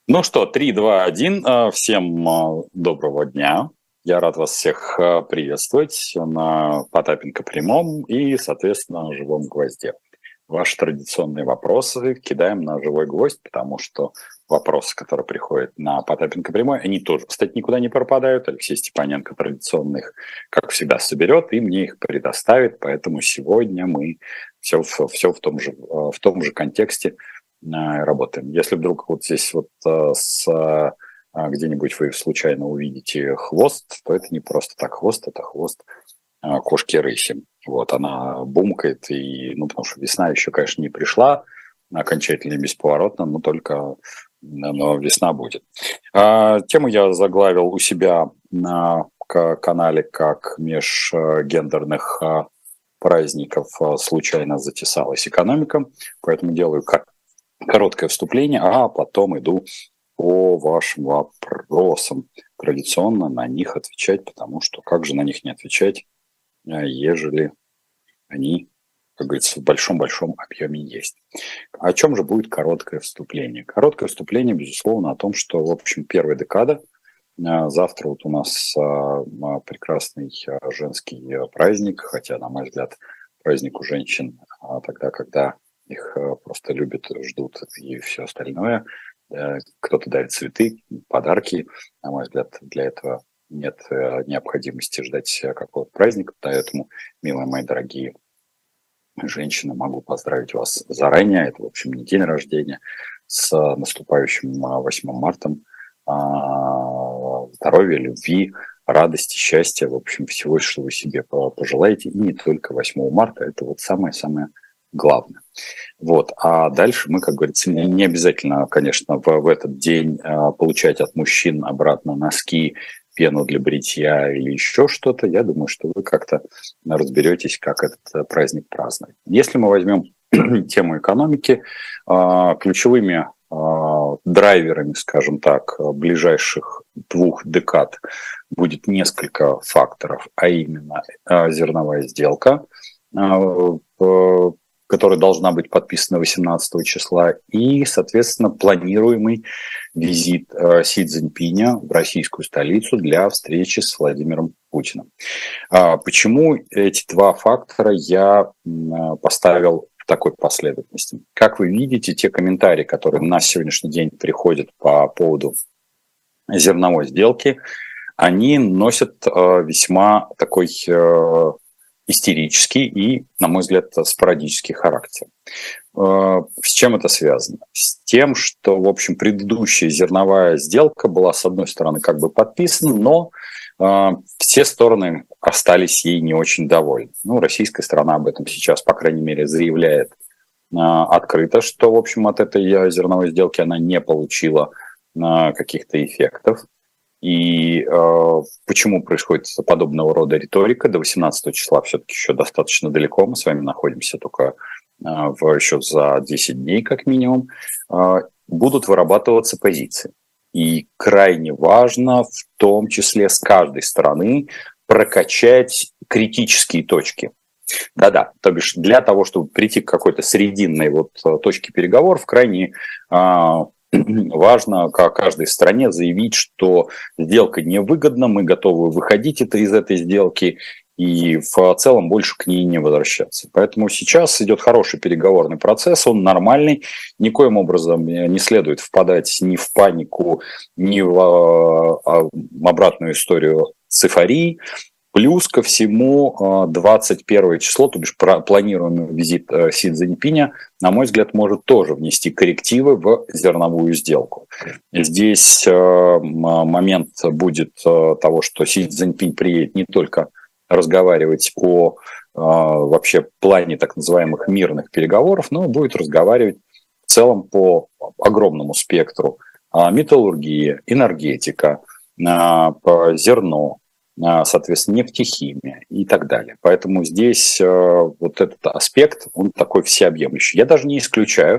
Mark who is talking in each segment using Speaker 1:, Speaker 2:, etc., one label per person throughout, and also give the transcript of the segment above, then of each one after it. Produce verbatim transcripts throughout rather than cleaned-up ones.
Speaker 1: Ну что, три, два, один. Э, Всем э, доброго дня. Я рад вас всех э, приветствовать на Потапенко прямом и, соответственно, живом гвозде. Ваши традиционные вопросы кидаем на живой гвоздь, потому что вопросы, которые приходят на Потапенко прямой, они тоже, кстати, никуда не пропадают. Алексей Степаненко традиционных, как всегда, соберет и мне их предоставит. Поэтому сегодня мы все, все в том же, э, в том же контексте э, работаем. Если вдруг вот здесь вот э, с э, где-нибудь вы случайно увидите хвост, то это не просто так хвост, это хвост э, кошки-рыси. Вот, она бумкает, и, ну, потому что весна еще, конечно, не пришла окончательно и бесповоротно, но только но весна будет. А, тему я заглавил у себя на к- канале как межгендерных а, праздников а, случайно затесалась экономика, поэтому делаю ко- короткое вступление, а потом иду по вашим вопросам. Традиционно на них отвечать, потому что как же на них не отвечать, а, ежели они, как говорится, в большом-большом объеме есть. О чем же будет короткое вступление? Короткое вступление, безусловно, о том, что, в общем, первая декада, а, завтра вот у нас а, а, прекрасный а, женский а, праздник, хотя, на мой взгляд, праздник у женщин а, тогда, когда их а, просто любят, ждут и все остальное. Э, Кто-то дарит цветы, подарки. На мой взгляд, для этого нет э, необходимости ждать э, какого-то праздника, поэтому, милые мои дорогие женщины, могу поздравить вас заранее. Это, в общем, не день рождения. С наступающим а, восьмым марта. А, Здоровья, любви, радости, счастья. В общем, всего, что вы себе по- пожелаете. И не только восьмого марта. Это вот самое-самое главное. Вот. А дальше мы, как говорится, не, не обязательно, конечно, в, в этот день а, получать от мужчин обратно носки, пену для бритья или еще что-то. Я думаю, что вы как-то разберетесь, как этот э, праздник праздновать. Если мы возьмем тему экономики, а, ключевыми а, драйверами, скажем так, ближайших двух декад будет несколько факторов, а именно а, зерновая сделка, а, п- которая должна быть подписана восемнадцатого числа, и, соответственно, планируемый визит э, Си Цзиньпиня в российскую столицу для встречи с Владимиром Путиным. А почему эти два фактора я м, поставил в такой последовательности? Как вы видите, те комментарии, которые на сегодняшний день приходят по поводу зерновой сделки, они носят э, весьма такой э, истерический и, на мой взгляд, спорадический характер. Э, С чем это связано? С тем, что, в общем, предыдущая зерновая сделка была, с одной стороны, как бы подписана, но э, все стороны остались ей не очень довольны. Ну, российская сторона об этом сейчас, по крайней мере, заявляет э, открыто, что, в общем, от этой э, зерновой сделки она не получила э, каких-то эффектов. И э, почему происходит подобного рода риторика? До восемнадцатого числа все-таки еще достаточно далеко. Мы с вами находимся только э, в, еще за десять дней, как минимум. Э, будут вырабатываться позиции. И крайне важно, в том числе с каждой стороны, прокачать критические точки. Да-да, то бишь для того, чтобы прийти к какой-то срединной вот точке переговоров, крайне э, важно каждой стране заявить, что сделка невыгодна, мы готовы выходить это, из этой сделки и в целом больше к ней не возвращаться. Поэтому сейчас идет хороший переговорный процесс, он нормальный, никоим образом не следует впадать ни в панику, ни в а, обратную историю с эйфорией. Плюс ко всему двадцать первое число, то бишь планируемый визит Си Цзиньпиня, на мой взгляд, может тоже внести коррективы в зерновую сделку. Здесь момент будет того, что Си Цзиньпинь приедет не только разговаривать о вообще плане так называемых мирных переговоров, но будет разговаривать в целом по огромному спектру металлургии, энергетика, по зерно, соответственно, нефтехимия и так далее. Поэтому здесь э, вот этот аспект, он такой всеобъемлющий. Я даже не исключаю,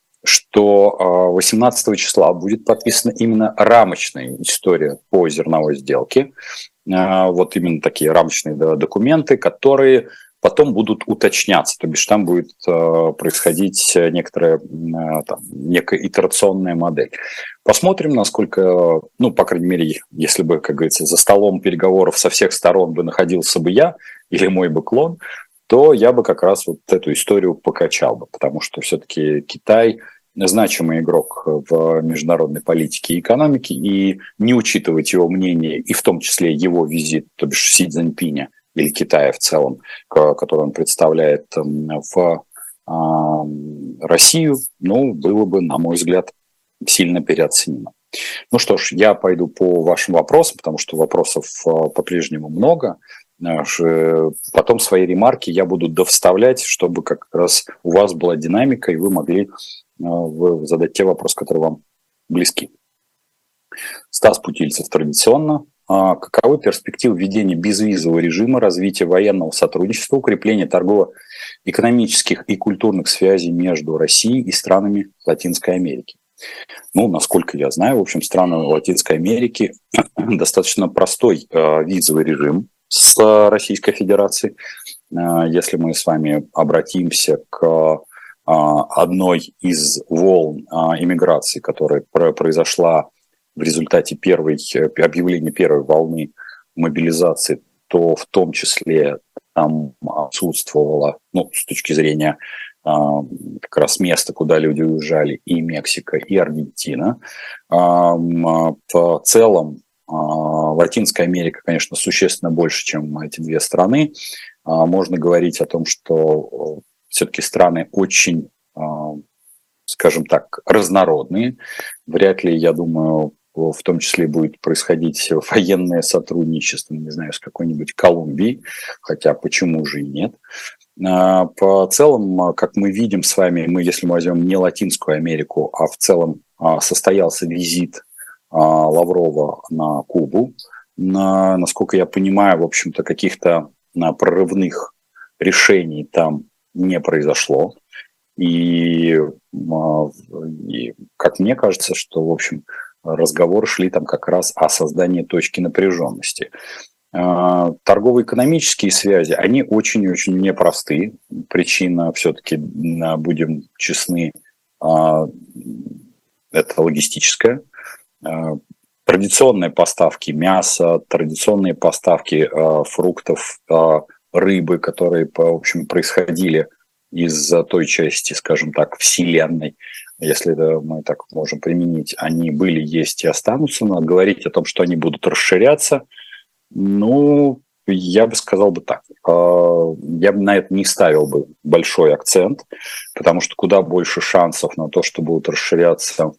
Speaker 1: что э, восемнадцатого числа будет подписана именно рамочная история по зерновой сделке. Э, вот именно такие рамочные да, документы, которые потом будут уточняться, то бишь там будет э, происходить некоторая, э, там, некая итерационная модель. Посмотрим, насколько, ну, по крайней мере, если бы, как говорится, за столом переговоров со всех сторон бы находился бы я или мой бы клон, то я бы как раз вот эту историю покачал бы, потому что все-таки Китай значимый игрок в международной политике и экономике, и не учитывать его мнение, и в том числе его визит, то бишь Си Цзиньпиня или Китая в целом, который он представляет в Россию, ну, было бы, на мой взгляд, сильно переоценено. Ну что ж, я пойду по вашим вопросам, потому что вопросов по-прежнему много. Потом свои ремарки я буду довставлять, чтобы как раз у вас была динамика, и вы могли задать те вопросы, которые вам близки. Стас Путильцев традиционно. Каковы перспективы введения безвизового режима, развития военного сотрудничества, укрепления торгово-экономических и культурных связей между Россией и странами Латинской Америки? Ну, насколько я знаю, в общем, страны Латинской Америки достаточно простой э, визовый режим с э, Российской Федерацией. Э, если мы с вами обратимся к э, одной из волн э, иммиграции, которая про- произошла в результате первой, объявления первой волны мобилизации, то в том числе там отсутствовало, ну, с точки зрения как раз место, куда люди уезжали, и Мексика, и Аргентина. В целом Латинская Америка, конечно, существенно больше, чем эти две страны. Можно говорить о том, что все-таки страны очень, скажем так, разнородные. Вряд ли, я думаю, в том числе будет происходить военное сотрудничество, не знаю, с какой-нибудь Колумбией, хотя почему же и нет. По целом, как мы видим с вами, мы, если мы возьмем не Латинскую Америку, а в целом состоялся визит Лаврова на Кубу. На, насколько я понимаю, в общем-то, каких-то прорывных решений там не произошло. И, и как мне кажется, что, в общем, разговоры шли там как раз о создании точки напряженности. Торгово-экономические связи, они очень-очень непросты. Причина, все-таки, будем честны, это логистическая. Традиционные поставки мяса, традиционные поставки фруктов, рыбы, которые, в общем, происходили из той части, скажем так, вселенной, если это мы так можем применить, они были, есть и останутся. Но говорить о том, что они будут расширяться, ну, я бы сказал бы так. Я бы на это не ставил бы большой акцент, потому что куда больше шансов на то, что будут расширяться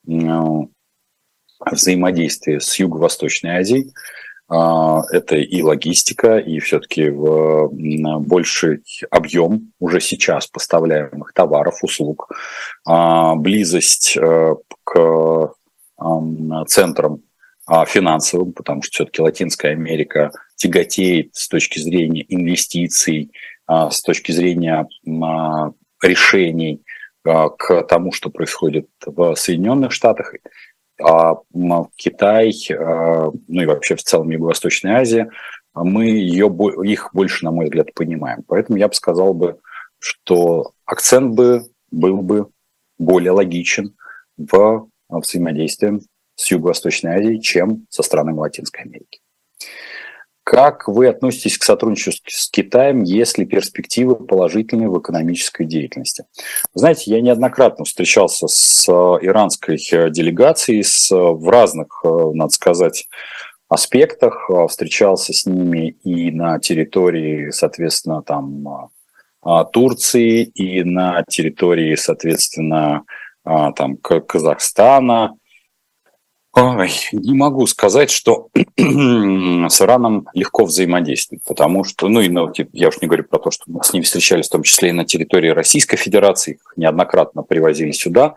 Speaker 1: взаимодействие с Юго-Восточной Азией. Это и логистика, и все-таки больший объем уже сейчас поставляемых товаров, услуг, близость к центрам финансовым, потому что все-таки Латинская Америка тяготеет с точки зрения инвестиций, с точки зрения решений к тому, что происходит в Соединенных Штатах. А Китай, ну и вообще в целом Юго-Восточная Азия, мы ее, их больше, на мой взгляд, понимаем. Поэтому я бы сказал бы, что акцент бы был бы более логичен в взаимодействии с Юго-Восточной Азией, чем со странами Латинской Америки. Как вы относитесь к сотрудничеству с Китаем, если перспективы положительные в экономической деятельности? Знаете, я неоднократно встречался с иранской делегацией с, в разных, надо сказать, аспектах. Встречался с ними и на территории, соответственно, там, Турции, и на территории, соответственно, там, Казахстана. Ой, не могу сказать, что с Ираном легко взаимодействовать, потому что, ну и ну, я уж не говорю про то, что мы с ними встречались, в том числе и на территории Российской Федерации, их неоднократно привозили сюда.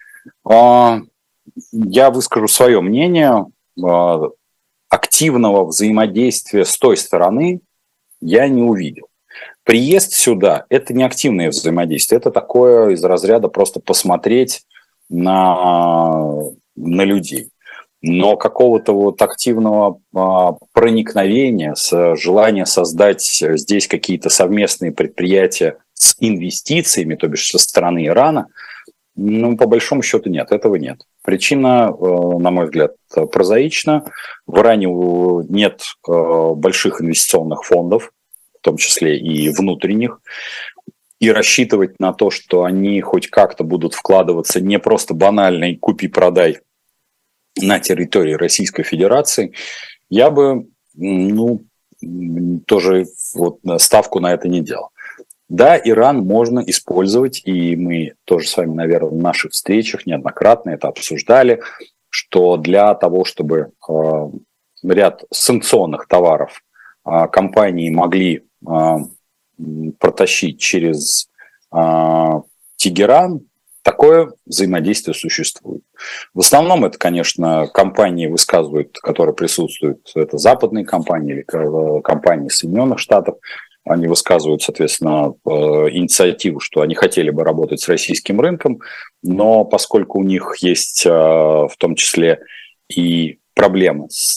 Speaker 1: Я выскажу свое мнение. Активного взаимодействия с той стороны я не увидел. Приезд сюда – это не активное взаимодействие, это такое из разряда просто посмотреть на, на людей. Но какого-то вот активного а, проникновения, с желания создать здесь какие-то совместные предприятия с инвестициями, то бишь со стороны Ирана, ну, по большому счету нет, этого нет. Причина, на мой взгляд, прозаична. В Иране нет больших инвестиционных фондов, в том числе и внутренних, и рассчитывать на то, что они хоть как-то будут вкладываться не просто банальной купи-продай на территории Российской Федерации, я бы, ну, тоже вот ставку на это не делал. Да, Иран можно использовать, и мы тоже с вами, наверное, в наших встречах неоднократно это обсуждали, что для того, чтобы э, ряд санкционных товаров э, компании могли э, протащить через э, Тегеран, такое взаимодействие существует. В основном это, конечно, компании высказывают, которые присутствуют, это западные компании или компании Соединенных Штатов. Они высказывают, соответственно, инициативу, что они хотели бы работать с российским рынком, но поскольку у них есть в том числе и проблемы с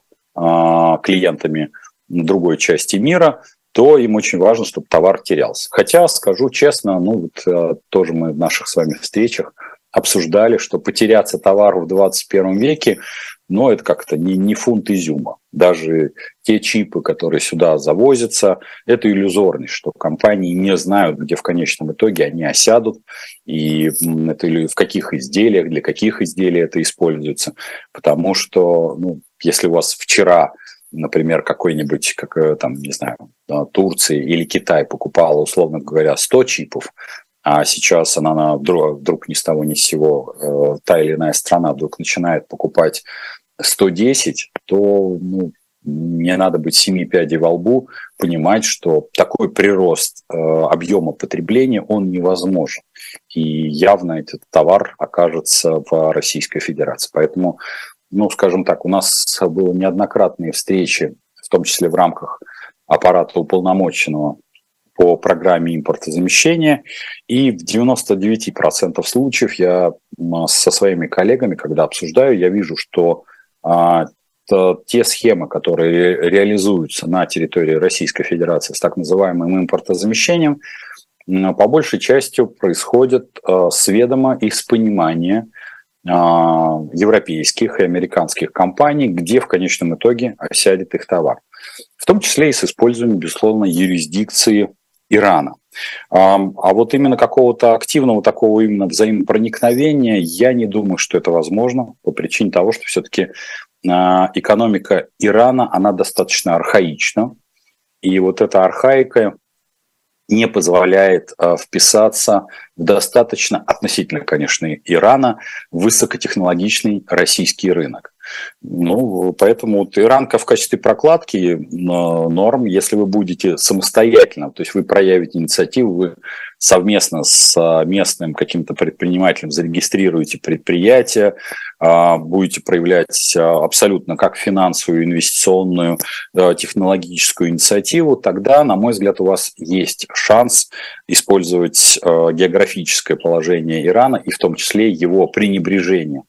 Speaker 1: клиентами другой части мира, то им очень важно, чтобы товар терялся. Хотя, скажу честно, ну вот тоже мы в наших с вами встречах обсуждали, что потеряться товару в двадцать первом веке, но это как-то не, не фунт изюма. Даже те чипы, которые сюда завозятся, это иллюзорность, что компании не знают, где в конечном итоге они осядут, и это или в каких изделиях, для каких изделий это используется. Потому что, ну, если у вас вчера, например, какой-нибудь, как, там, не знаю, Турция или Китай покупала, условно говоря, сто чипов, а сейчас она вдруг, вдруг ни с того ни с сего, э, та или иная страна вдруг начинает покупать сто десять, то ну, не надо быть семи пядей во лбу, понимать, что такой прирост э, объема потребления, он невозможен. И явно этот товар окажется в Российской Федерации. Поэтому, ну, скажем так, у нас было неоднократные встречи, в том числе в рамках аппарата уполномоченного по программе импортозамещения, и в девяноста девяти процентах случаев я со своими коллегами, когда обсуждаю, я вижу, что а, то, те схемы, которые реализуются на территории Российской Федерации с так называемым импортозамещением, по большей части происходят а, с ведома и с понимания а, европейских и американских компаний, где в конечном итоге осядет их товар. В том числе и с использованием, безусловно, юрисдикции Ирана. А вот именно какого-то активного такого именно взаимопроникновения я не думаю, что это возможно, по причине того, что все-таки экономика Ирана, она достаточно архаична, и вот эта архаика не позволяет вписаться в достаточно, относительно, конечно, Ирана, высокотехнологичный российский рынок. Ну, поэтому вот Иранка в качестве прокладки норм, если вы будете самостоятельно, то есть вы проявите инициативу, вы совместно с местным каким-то предпринимателем зарегистрируете предприятие, будете проявлять абсолютно как финансовую, инвестиционную, технологическую инициативу, тогда, на мой взгляд, у вас есть шанс использовать географическое положение Ирана и в том числе его пренебрежение,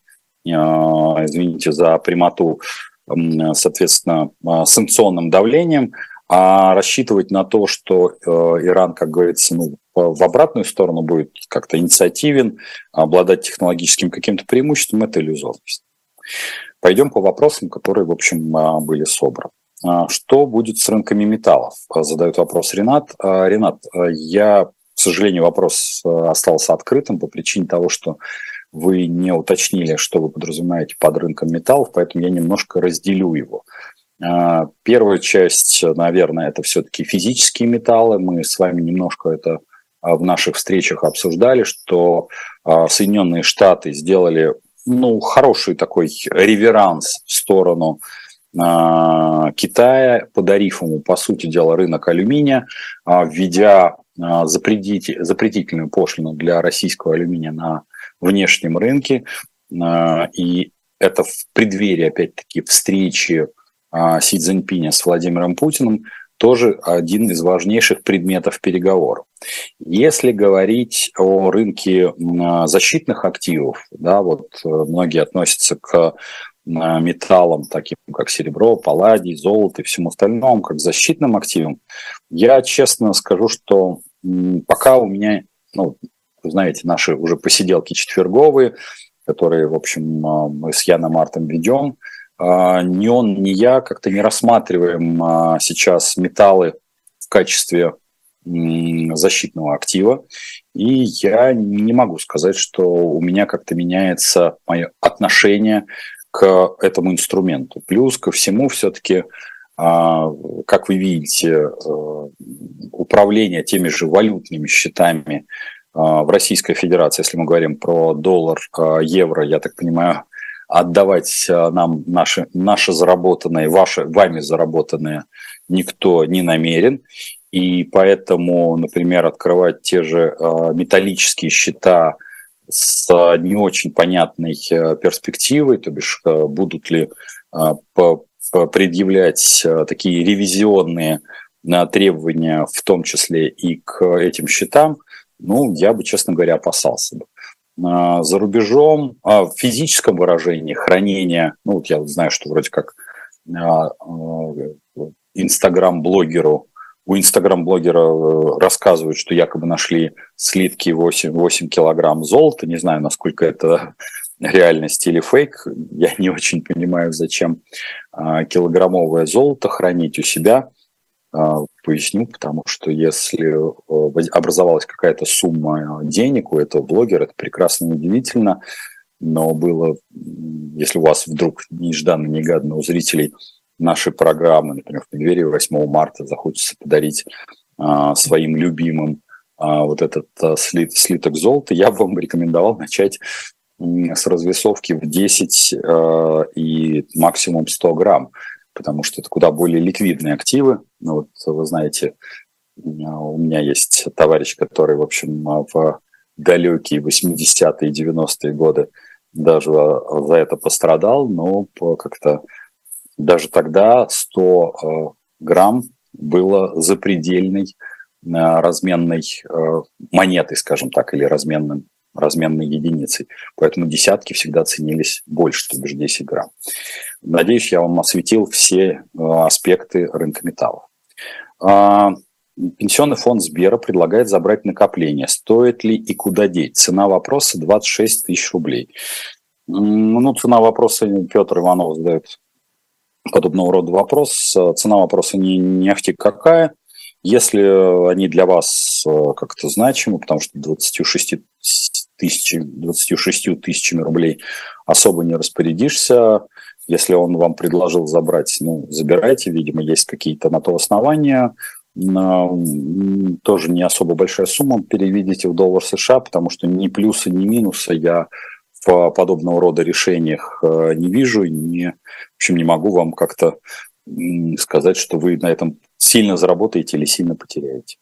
Speaker 1: извините за прямоту, соответственно, санкционным давлением, а рассчитывать на то, что Иран, как говорится, ну, в обратную сторону будет как-то инициативен, обладать технологическим каким-то преимуществом, это иллюзорность. Пойдем по вопросам, которые, в общем, были собраны. Что будет с рынками металлов? Задает вопрос Ренат. Ренат, я, к сожалению, вопрос остался открытым по причине того, что вы не уточнили, что вы подразумеваете под рынком металлов, поэтому я немножко разделю его. Первая часть, наверное, это все-таки физические металлы. Мы с вами немножко это в наших встречах обсуждали, что Соединенные Штаты сделали, ну, хороший такой реверанс в сторону Китая, подарив ему, по сути дела, рынок алюминия, введя запретительную пошлину для российского алюминия на внешнем рынке. И это в преддверии, опять-таки, встречи Си Цзиньпиня с Владимиром Путиным тоже один из важнейших предметов переговоров. Если говорить о рынке защитных активов, да, вот многие относятся к металлам, таким как серебро, палладий, золото и всему остальному, как защитным активам, я честно скажу, что пока у меня, ну, вы знаете, наши уже посиделки четверговые, которые, в общем, мы с Яном Артом ведем, ни он, ни я как-то не рассматриваем сейчас металлы в качестве защитного актива. И я не могу сказать, что у меня как-то меняется мое отношение к этому инструменту. Плюс ко всему все-таки, как вы видите, управление теми же валютными счетами в Российской Федерации, если мы говорим про доллар, евро, я так понимаю, отдавать нам наши, наши заработанные, ваши, вами заработанные никто не намерен. И поэтому, например, открывать те же металлические счета с не очень понятной перспективой, то бишь будут ли предъявлять такие ревизионные требования, в том числе и к этим счетам, ну, я бы, честно говоря, опасался бы. За рубежом, в физическом выражении хранения, ну, вот я знаю, что вроде как инстаграм-блогеру, у инстаграм-блогера рассказывают, что якобы нашли слитки восемь, восемь килограмм золота. Не знаю, насколько это реальность или фейк. Я не очень понимаю, зачем килограммовое золото хранить у себя. Поясню, потому что если образовалась какая-то сумма денег у этого блогера, это прекрасно и удивительно, но было, если у вас вдруг нежданно-негаданно у зрителей нашей программы, например, в преддверии восьмого марта захочется подарить а, своим любимым а, вот этот а, слит, слиток золота, я бы вам рекомендовал начать с развесовки в десять а, и максимум сто грамм, потому что это куда более ликвидные активы. Ну, вот, вы знаете, у меня есть товарищ, который, в общем, в далекие восьмидесятые и девяностые годы даже за это пострадал, но как-то даже тогда сто грамм было запредельной разменной монетой, скажем так, или разменным, разменной единицей. Поэтому десятки всегда ценились больше, то бишь десять грамм. Надеюсь, я вам осветил все аспекты рынка металлов. Пенсионный фонд Сбера предлагает забрать накопление. Стоит ли и куда деть? Цена вопроса двадцать шесть тысяч рублей. Ну, цена вопроса Петр Иванов задает подобного рода вопрос. Цена вопроса не нефти какая. Если они для вас как-то значимы, потому что двадцать шесть тысяч, двадцать шесть тысячами рублей особо не распорядишься. Если он вам предложил забрать, ну, забирайте. Видимо, есть какие-то на то основания. Тоже не особо большая сумма. Переведите в доллар США, потому что ни плюса, ни минуса я в подобного рода решениях не вижу. Не, в общем, не могу вам как-то сказать, что вы на этом сильно заработаете или сильно потеряете.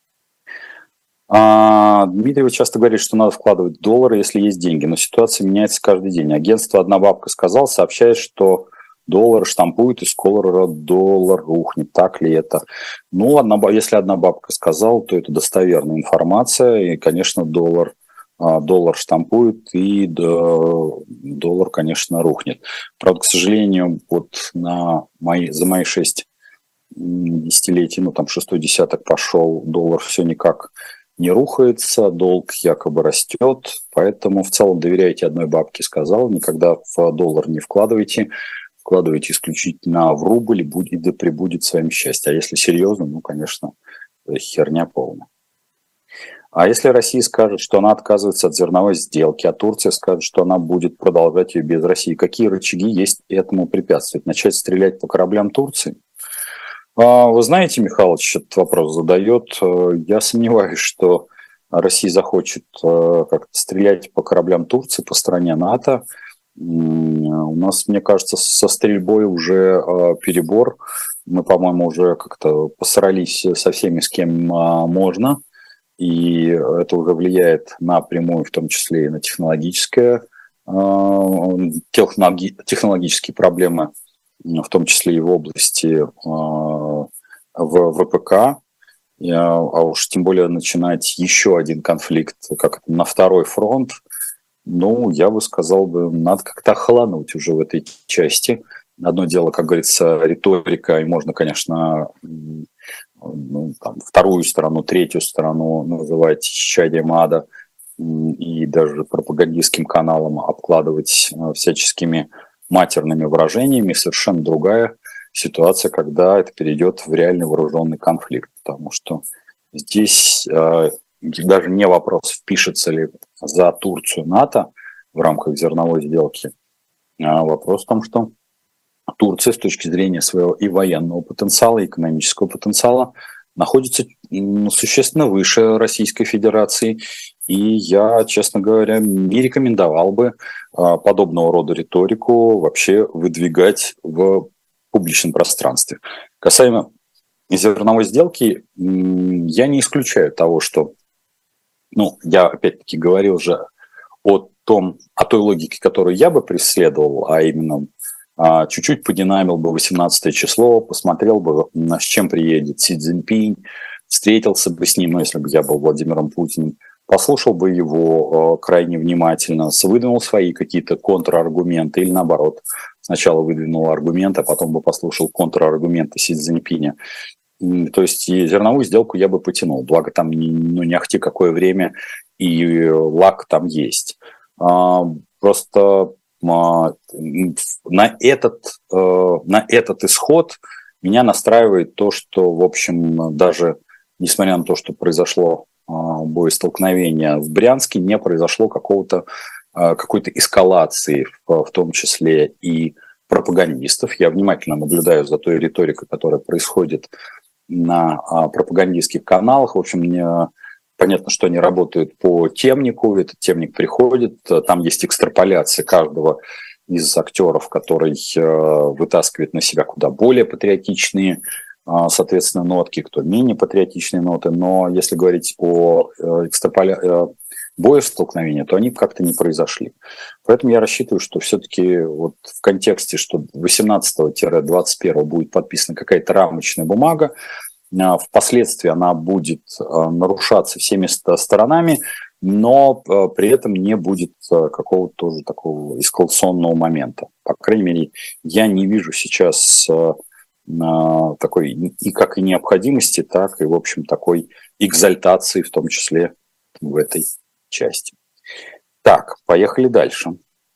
Speaker 1: А, Дмитриев часто говорит, что надо вкладывать доллары, если есть деньги, но ситуация меняется каждый день. Агентство «Одна бабка» сказал, сообщает, что доллар штампуют, и скоро доллар рухнет. Так ли это? Ну, одна, если «Одна бабка» сказала, то это достоверная информация, и, конечно, доллар, доллар штампует, и доллар, конечно, рухнет. Правда, к сожалению, вот на мои, за мои шесть десятилетий, ну, там шестой десяток пошел, доллар все никак не рухается, долг якобы растет, поэтому в целом доверяйте «Одной бабке», сказал, никогда в доллар не вкладывайте, вкладывайте исключительно в рубль, будет, да пребудет с вами счастье. А если серьезно, ну, конечно, херня полная. А если Россия скажет, что она отказывается от зерновой сделки, а Турция скажет, что она будет продолжать ее без России, какие рычаги есть этому препятствовать? Начать стрелять по кораблям Турции? Вы знаете, Михалыч этот вопрос задает. Я сомневаюсь, что Россия захочет как-то стрелять по кораблям Турции, по стране НАТО. У нас, мне кажется, со стрельбой уже перебор. Мы, по-моему, уже как-то посрались со всеми, с кем можно. И это уже влияет напрямую, в том числе и на технологическое, технологи, технологические проблемы, в том числе и в области в ВПК, а уж тем более начинать еще один конфликт, как на второй фронт, Ну, я бы сказал, бы, надо как-то охолонуть уже в этой части. Одно дело, как говорится, риторика, и можно, конечно, ну, там, вторую сторону, третью сторону называть исчадием ада и даже пропагандистским каналам обкладывать всяческими матерными выражениями. Совершенно другая ситуация, когда это перейдет в реальный вооруженный конфликт, потому что здесь э, даже не вопрос, впишется ли за Турцию НАТО в рамках зерновой сделки, а вопрос в том, что Турция с точки зрения своего и военного потенциала, и экономического потенциала находится существенно выше Российской Федерации. И я, честно говоря, не рекомендовал бы подобного рода риторику вообще выдвигать в публичном пространстве. Касаемо зерновой сделки, я не исключаю того, что, ну, я опять-таки говорил же о том, о той логике, которую я бы преследовал, а именно чуть-чуть подинамил бы восемнадцатое число, посмотрел бы, с чем приедет Си Цзиньпинь, встретился бы с ним, ну, если бы я был Владимиром Путиным, послушал бы его крайне внимательно, выдвинул свои какие-то контраргументы или наоборот, сначала выдвинул аргументы, а потом бы послушал контраргументы Си Цзиньпиня. То есть и зерновую сделку я бы потянул, благо там ну, не ахти какое время и лак там есть. Просто на этот, на этот исход меня настраивает то, что, в общем, даже несмотря на то, что произошло боестолкновение в Брянске, не произошло какого-то, какой-то эскалации, в том числе и пропагандистов. Я внимательно наблюдаю за той риторикой, которая происходит на пропагандистских каналах. В общем, мне понятно, что они работают по темнику, этот темник приходит, там есть экстраполяция каждого из актеров, который вытаскивает на себя куда более патриотичные, соответственно, нотки, кто менее патриотичные ноты. Но если говорить о экстраполя... боестолкновении, то они как-то не произошли. Поэтому я рассчитываю, что все-таки вот в контексте, что восемнадцатого — двадцать первого будет подписана какая-то рамочная бумага, впоследствии она будет нарушаться всеми сторонами, но при этом не будет какого-то тоже такого эскалационного момента. По крайней мере, я не вижу сейчас такой и как и необходимости, так и, в общем, такой экзальтации, в том числе в этой части. Так, поехали дальше.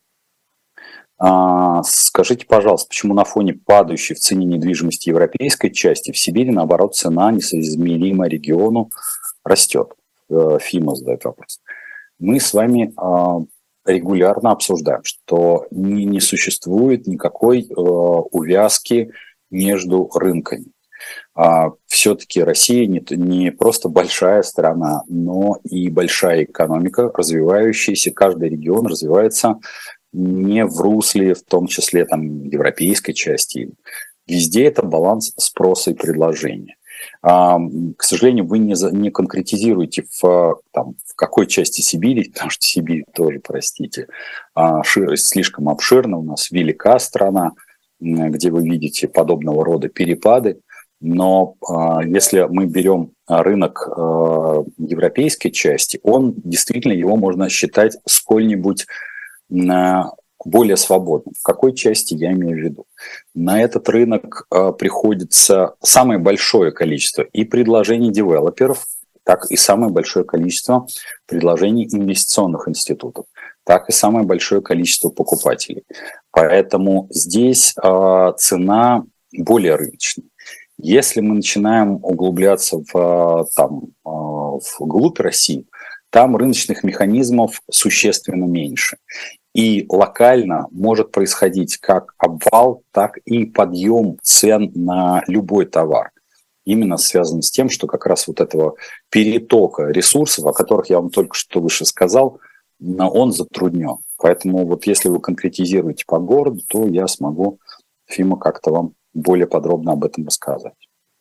Speaker 1: А, скажите, пожалуйста, почему на фоне падающей в цене недвижимости европейской части в Сибири, наоборот, цена несоизмерима региону растет? ФИМА задает вопрос. Мы с вами а, регулярно обсуждаем, что не, не существует никакой а, увязки между рынками. А, все-таки Россия не, не просто большая страна, но и большая экономика, развивающаяся. Каждый регион развивается не в русле, в том числе там, европейской части. Везде это баланс спроса и предложения. А, к сожалению, вы не, не конкретизируете, в, там, в какой части Сибири, потому что Сибирь тоже, простите, а, шир, слишком обширна, у нас велика страна, где вы видите подобного рода перепады. Но э, если мы берем рынок э, европейской части, он действительно, его можно считать сколь-нибудь э, более свободным. В какой части я имею в виду? На этот рынок э, приходится самое большое количество и предложений девелоперов, так и самое большое количество предложений инвестиционных институтов, так и самое большое количество покупателей. Поэтому здесь э, цена более рыночная. Если мы начинаем углубляться в, там, вглубь России, там рыночных механизмов существенно меньше. И локально может происходить как обвал, так и подъем цен на любой товар. Именно связано с тем, что как раз вот этого перетока ресурсов, о которых я вам только что выше сказал, он затруднен. Поэтому вот если вы конкретизируете по городу, то я смогу, Фима, как-то вам более подробно об этом рассказать.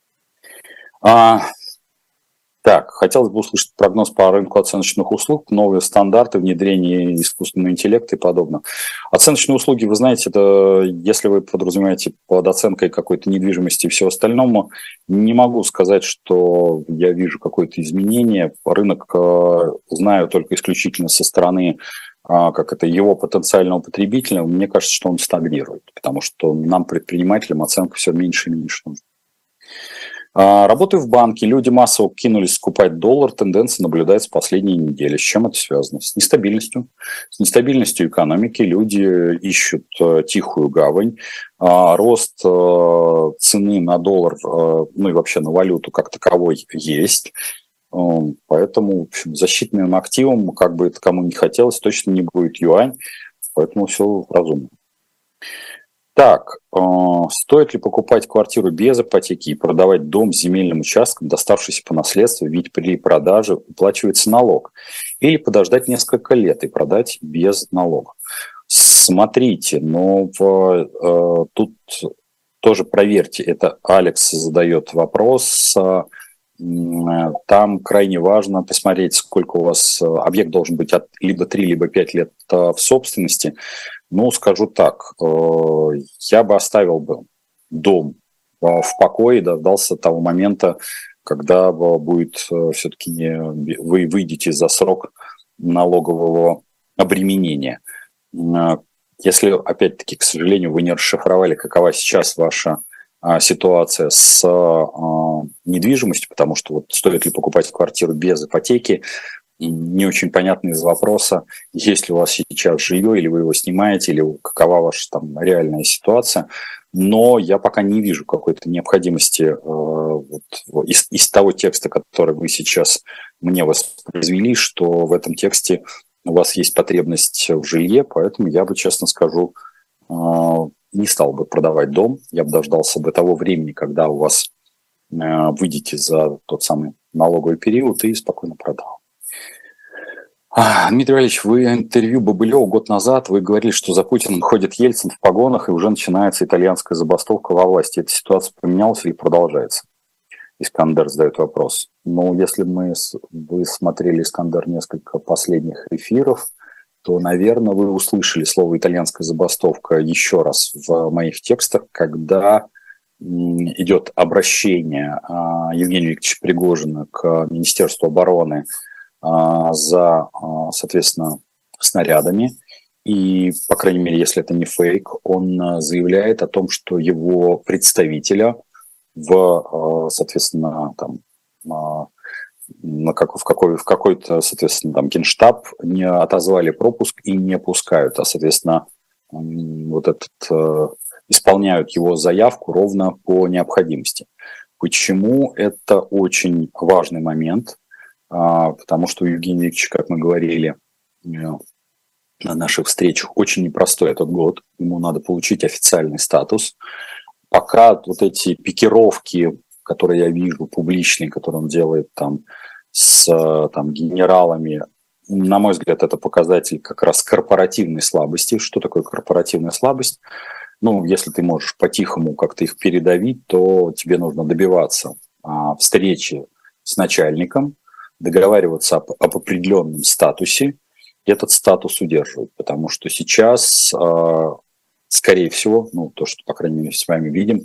Speaker 1: А, так, хотелось бы услышать прогноз по рынку оценочных услуг, новые стандарты, внедрение искусственного интеллекта и подобное. Оценочные услуги, вы знаете, это если вы подразумеваете под оценкой какой-то недвижимости и всего остального, не могу сказать, что я вижу какое-то изменение. Рынок знаю только исключительно со стороны как это, его потенциального потребителя, мне кажется, что он стагнирует, потому что нам, предпринимателям, оценка все меньше и меньше нужна. Работаю в банке, люди массово кинулись скупать доллар, тенденция наблюдается последние недели. С чем это связано? С нестабильностью. С нестабильностью экономики люди ищут тихую гавань. Рост цены на доллар, ну и вообще на валюту как таковой есть. Поэтому, в общем, защитным активом, как бы это кому не хотелось, точно не будет юань. Поэтому все разумно. Так, э, стоит ли покупать квартиру без ипотеки и продавать дом с земельным участком, доставшийся по наследству, ведь при продаже уплачивается налог? Или подождать несколько лет и продать без налога? Смотрите, но э, тут тоже проверьте, это Алекс задает вопрос. Э, там крайне важно посмотреть, сколько у вас объект должен быть от либо три, либо пять лет в собственности. Ну, скажу так, я бы оставил бы дом в покое и дождался того момента, когда будет все-таки вы выйдете за срок налогового обременения. Если, опять-таки, к сожалению, вы не расшифровали, какова сейчас ваша ситуация с недвижимостью, потому что вот стоит ли покупать квартиру без ипотеки, не очень понятно из вопроса, есть ли у вас сейчас жилье, или вы его снимаете, или какова ваша там реальная ситуация. Но я пока не вижу какой-то необходимости э, вот, из, из того текста, который вы сейчас мне воспроизвели, что в этом тексте у вас есть потребность в жилье, поэтому я бы, честно скажу, э, не стал бы продавать дом. Я бы дождался бы того времени, когда у вас э, выйдете за тот самый налоговый период и спокойно продал. Дмитрий Валерьевич, вы интервью Бобылеву год назад, вы говорили, что за Путиным ходит Ельцин в погонах, и уже начинается итальянская забастовка во власти. Эта ситуация поменялась или продолжается? Искандер задает вопрос. Ну, если мы, вы смотрели, Искандер, несколько последних эфиров, то, наверное, вы услышали слово «итальянская забастовка» еще раз в моих текстах, когда идет обращение Евгения Викторовича Пригожина к Министерству обороны за, соответственно, снарядами. И, по крайней мере, если это не фейк, он заявляет о том, что его представителя в, соответственно, там, на как, в, какой, в какой-то, соответственно, там, генштаб не отозвали пропуск и не пускают, а, соответственно, вот этот, исполняют его заявку ровно по необходимости. Почему? Это очень важный момент, потому что у Евгения Викторовича, как мы говорили на наших встречах, очень непростой этот год. Ему надо получить официальный статус. Пока вот эти пикировки, которые я вижу, публичные, которые он делает там с там, генералами, на мой взгляд, это показатель как раз корпоративной слабости. Что такое корпоративная слабость? Ну, если ты можешь по-тихому как-то их передавить, то тебе нужно добиваться а, встречи с начальником, договариваться об, об определенном статусе, и этот статус удерживать, потому что сейчас, э, скорее всего, ну, то, что, по крайней мере, с вами видим,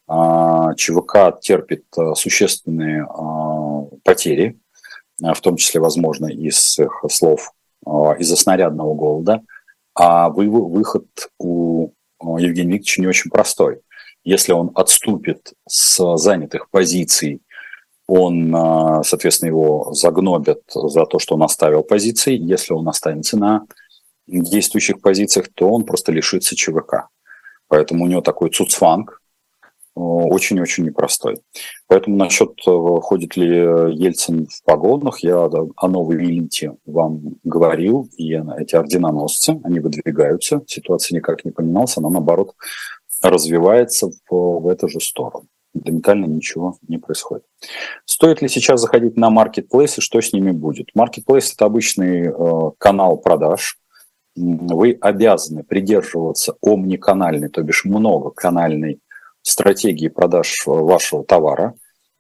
Speaker 1: э, ЧВК терпит э, существенные э, потери, э, в том числе, возможно, из их слов, э, из-за снарядного голода, а вы, выход у э, Евгения Викторовича не очень простой. Если он отступит с занятых позиций, он, соответственно, его загнобят за то, что он оставил позиции. Если он останется на действующих позициях, то он просто лишится ЧВК. Поэтому у него такой цуцванг очень-очень непростой. Поэтому насчет, ходит ли Ельцин в погонах, я о новой элите вам говорил, и эти орденоносцы, они выдвигаются, ситуация никак не поменялась, она, наоборот, развивается в, в эту же сторону. Фундаментально ничего не происходит. Стоит ли сейчас заходить на маркетплейсы, что с ними будет? Маркетплейс – это обычный э, канал продаж. Вы обязаны придерживаться омниканальной, то бишь многоканальной стратегии продаж вашего товара.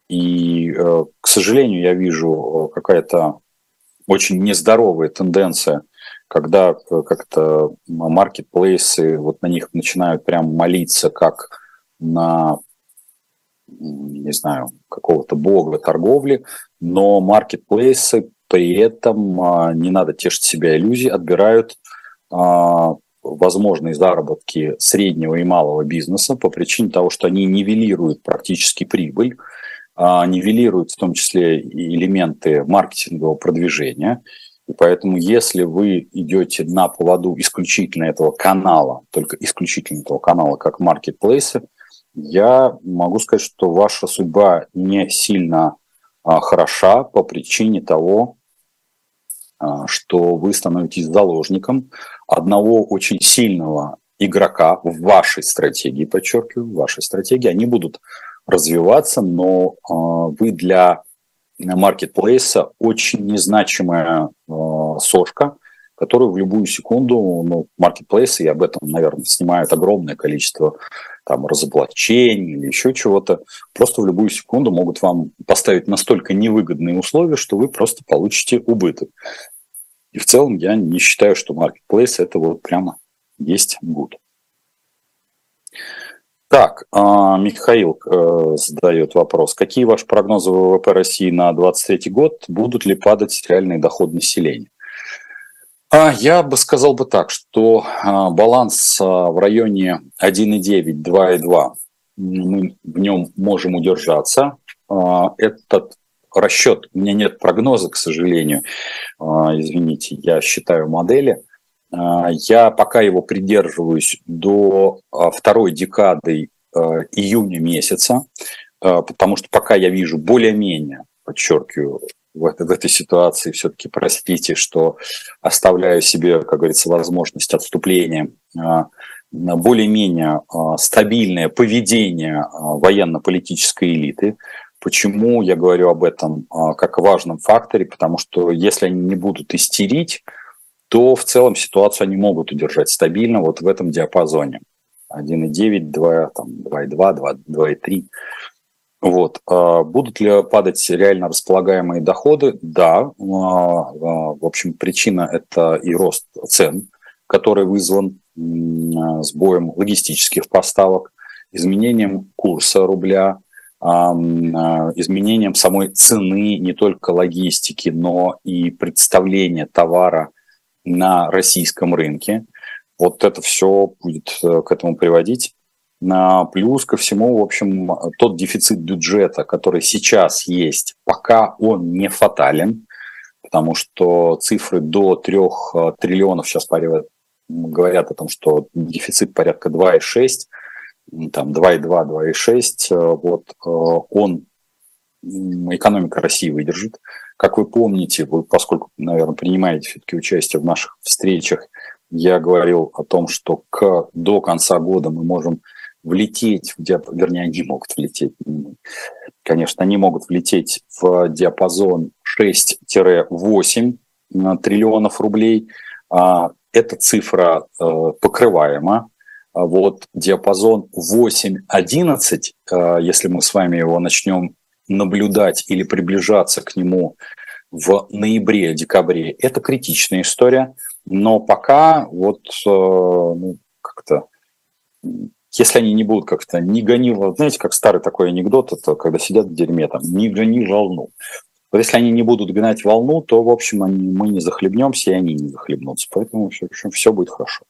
Speaker 1: И, э, к сожалению, я вижу какая-то очень нездоровая тенденция, когда как-то маркетплейсы, вот на них начинают прям молиться, как на, не знаю, какого-то бога торговли, но маркетплейсы при этом а, не надо тешить себя иллюзией, отбирают а, возможные заработки среднего и малого бизнеса по причине того, что они нивелируют практически прибыль, а, нивелируют в том числе и элементы маркетингового продвижения. И поэтому, если вы идете на поводу исключительно этого канала, только исключительно этого канала, как маркетплейсы, я могу сказать, что ваша судьба не сильно а, хороша по причине того, а, что вы становитесь заложником одного очень сильного игрока в вашей стратегии, подчеркиваю, в вашей стратегии. Они будут развиваться, но а, вы для маркетплейса очень незначимая э, сошка, которую в любую секунду, ну, маркетплейсы, и об этом, наверное, снимают огромное количество там разоблачений или еще чего-то, просто в любую секунду могут вам поставить настолько невыгодные условия, что вы просто получите убыток. И в целом я не считаю, что маркетплейс это вот прямо есть good. Так, Михаил задает вопрос. Какие ваши прогнозы ВВП России на двадцать третий год? Будут ли падать реальные доходы населения? Я бы сказал бы так, что баланс в районе один и девять - два и два мы в нем можем удержаться. Этот расчет, у меня нет прогноза, к сожалению, извините, я считаю модели. Я пока его придерживаюсь до второй декады июня месяца, потому что пока я вижу более-менее, подчеркиваю, в этой, в этой ситуации все-таки, простите, что оставляю себе, как говорится, возможность отступления, более-менее стабильное поведение военно-политической элиты. Почему я говорю об этом как о важном факторе? Потому что если они не будут истерить, то в целом ситуацию они могут удержать стабильно вот в этом диапазоне. один и девять, два, два и два, два и три. Вот. Будут ли падать реально располагаемые доходы? Да. В общем, причина – это и рост цен, который вызван сбоем логистических поставок, изменением курса рубля, изменением самой цены не только логистики, но и представления товара на российском рынке. Вот это все будет к этому приводить. Плюс ко всему, в общем, тот дефицит бюджета, который сейчас есть, пока он не фатален, потому что цифры до трёх триллионов сейчас говорят о том, что дефицит порядка два и шесть, там два и два, два и шесть, вот он, экономика России выдержит. Как вы помните, вы, поскольку, наверное, принимаете все-таки участие в наших встречах, я говорил о том, что к, до конца года мы можем влететь, в диап... вернее, они могут влететь, конечно, они могут влететь в диапазон шесть-восемь триллионов рублей. Эта цифра покрываема. Вот диапазон восемь-одиннадцать, если мы с вами его начнем наблюдать или приближаться к нему в ноябре-декабре, это критичная история. Но пока вот ну, как-то, если они не будут как-то не гони, знаете, как старый такой анекдот, это когда сидят в дерьме, там, не гони волну. Вот если они не будут гнать волну, то, в общем, они, мы не захлебнемся, и они не захлебнутся. Поэтому, в общем, все будет хорошо.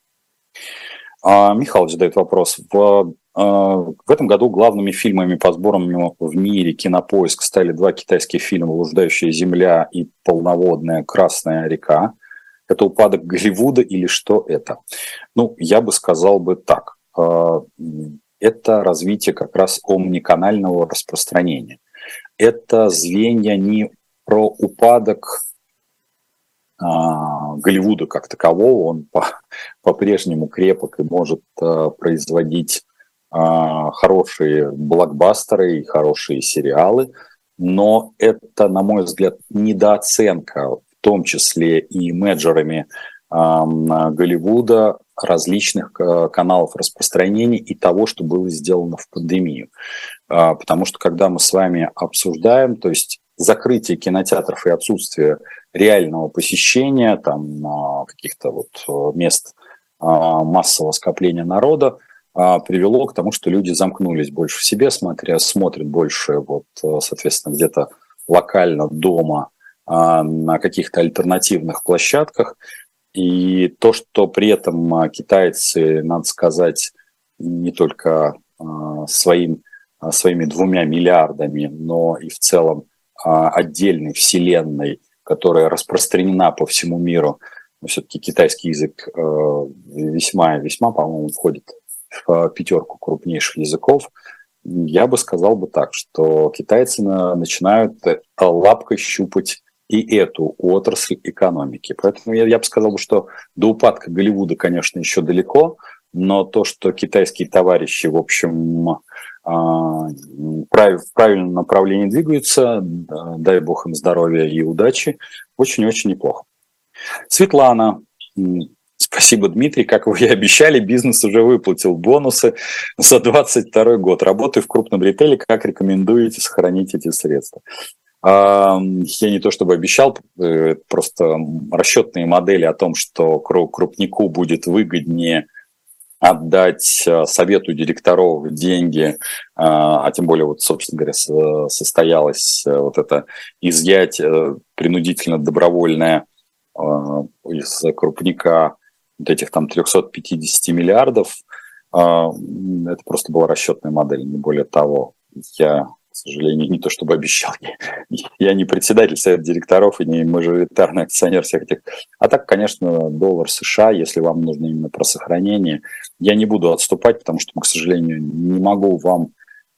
Speaker 1: А, Михаил задает вопрос. В, в этом году главными фильмами по сборам в мире «Кинопоиск» стали два китайских фильма «Блуждающая земля» и «Полноводная Красная река». Это упадок Голливуда или что это? Ну, я бы сказал бы так. Это развитие как раз омниканального распространения. Это звенья не про упадок а, Голливуда как такового. Он по, по-прежнему крепок и может а, производить а, хорошие блокбастеры и хорошие сериалы. Но это, на мой взгляд, недооценка, в том числе и менеджерами а, Голливуда, различных каналов распространения и того, что было сделано в пандемию. Потому что когда мы с вами обсуждаем, то есть закрытие кинотеатров и отсутствие реального посещения там каких-то вот мест массового скопления народа привело к тому, что люди замкнулись больше в себе, смотря, смотрят больше, вот, соответственно, где-то локально дома на каких-то альтернативных площадках. И то, что при этом китайцы, надо сказать, не только своим, своими двумя миллиардами, но и в целом отдельной вселенной, которая распространена по всему миру. Но все-таки китайский язык весьма-весьма, по-моему, входит в пятерку крупнейших языков. Я бы сказал бы так, что китайцы начинают лапкой щупать и эту отрасль экономики. Поэтому я, я бы сказал, что до упадка Голливуда, конечно, еще далеко, но то, что китайские товарищи, в общем, в правильном направлении двигаются, дай бог им здоровья и удачи, очень-очень неплохо. Светлана, спасибо, Дмитрий. Как вы и обещали, бизнес уже выплатил бонусы за двадцать второй год. Работаю в крупном ритейле. Как рекомендуете сохранить эти средства? Я не то чтобы обещал, просто расчетные модели о том, что крупнику будет выгоднее отдать совету директоров деньги, а тем более, вот, собственно говоря, состоялось вот это изъятие принудительно добровольное из крупника вот этих там триста пятьдесят миллиардов. Это просто была расчетная модель, не более того. Я, к сожалению, не то чтобы обещал, я не председатель совета директоров и не мажоритарный акционер всех этих. А так, конечно, доллар США, если вам нужно именно про сохранение, я не буду отступать, потому что, к сожалению, не могу вам,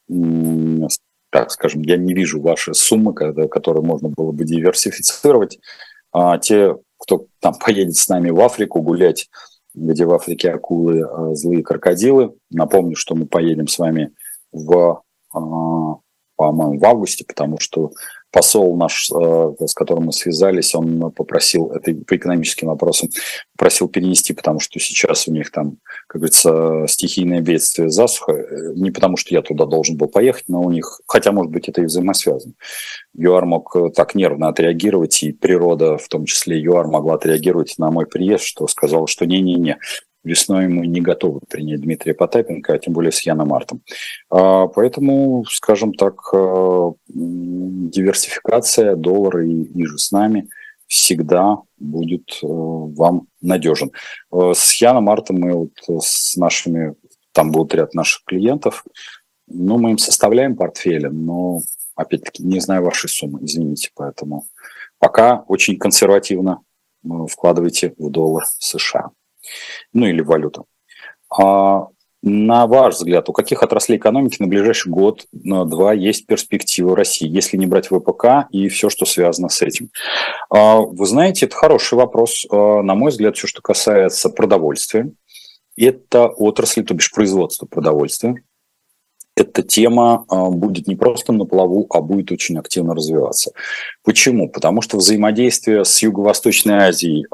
Speaker 1: так скажем, я не вижу ваши суммы, которые можно было бы диверсифицировать. А те, кто там поедет с нами в Африку гулять, где в Африке акулы, злые крокодилы. Напомню, что мы поедем с вами в, по-моему, в августе, потому что посол наш, с которым мы связались, он попросил, это по экономическим вопросам, попросил перенести, потому что сейчас у них там, как говорится, стихийное бедствие, засуха. Не потому что я туда должен был поехать, но у них, хотя, может быть, это и взаимосвязано. ЮАР мог так нервно отреагировать, и природа, в том числе ЮАР, могла отреагировать на мой приезд, что сказала, что не-не-не, весной мы не готовы принять Дмитрия Потапенко, а тем более с Яном Артом. Поэтому, скажем так, диверсификация доллара и, и же с нами всегда будет вам надежен. С Яном Артом мы вот с нашими, там будет ряд наших клиентов, ну, мы им составляем портфели, но, опять-таки, не знаю вашей суммы, извините, поэтому пока очень консервативно вкладывайте в доллар США. Ну или валюту. А на ваш взгляд, у каких отраслей экономики на ближайший год-два есть перспективы России, если не брать ВПК и все, что связано с этим? Вы знаете, это хороший вопрос. На мой взгляд, все, что касается продовольствия, это отрасль, то бишь производство продовольствия. Эта тема будет не просто на плаву, а будет очень активно развиваться. Почему? Потому что взаимодействие с Юго-Восточной Азией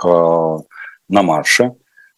Speaker 1: на марше.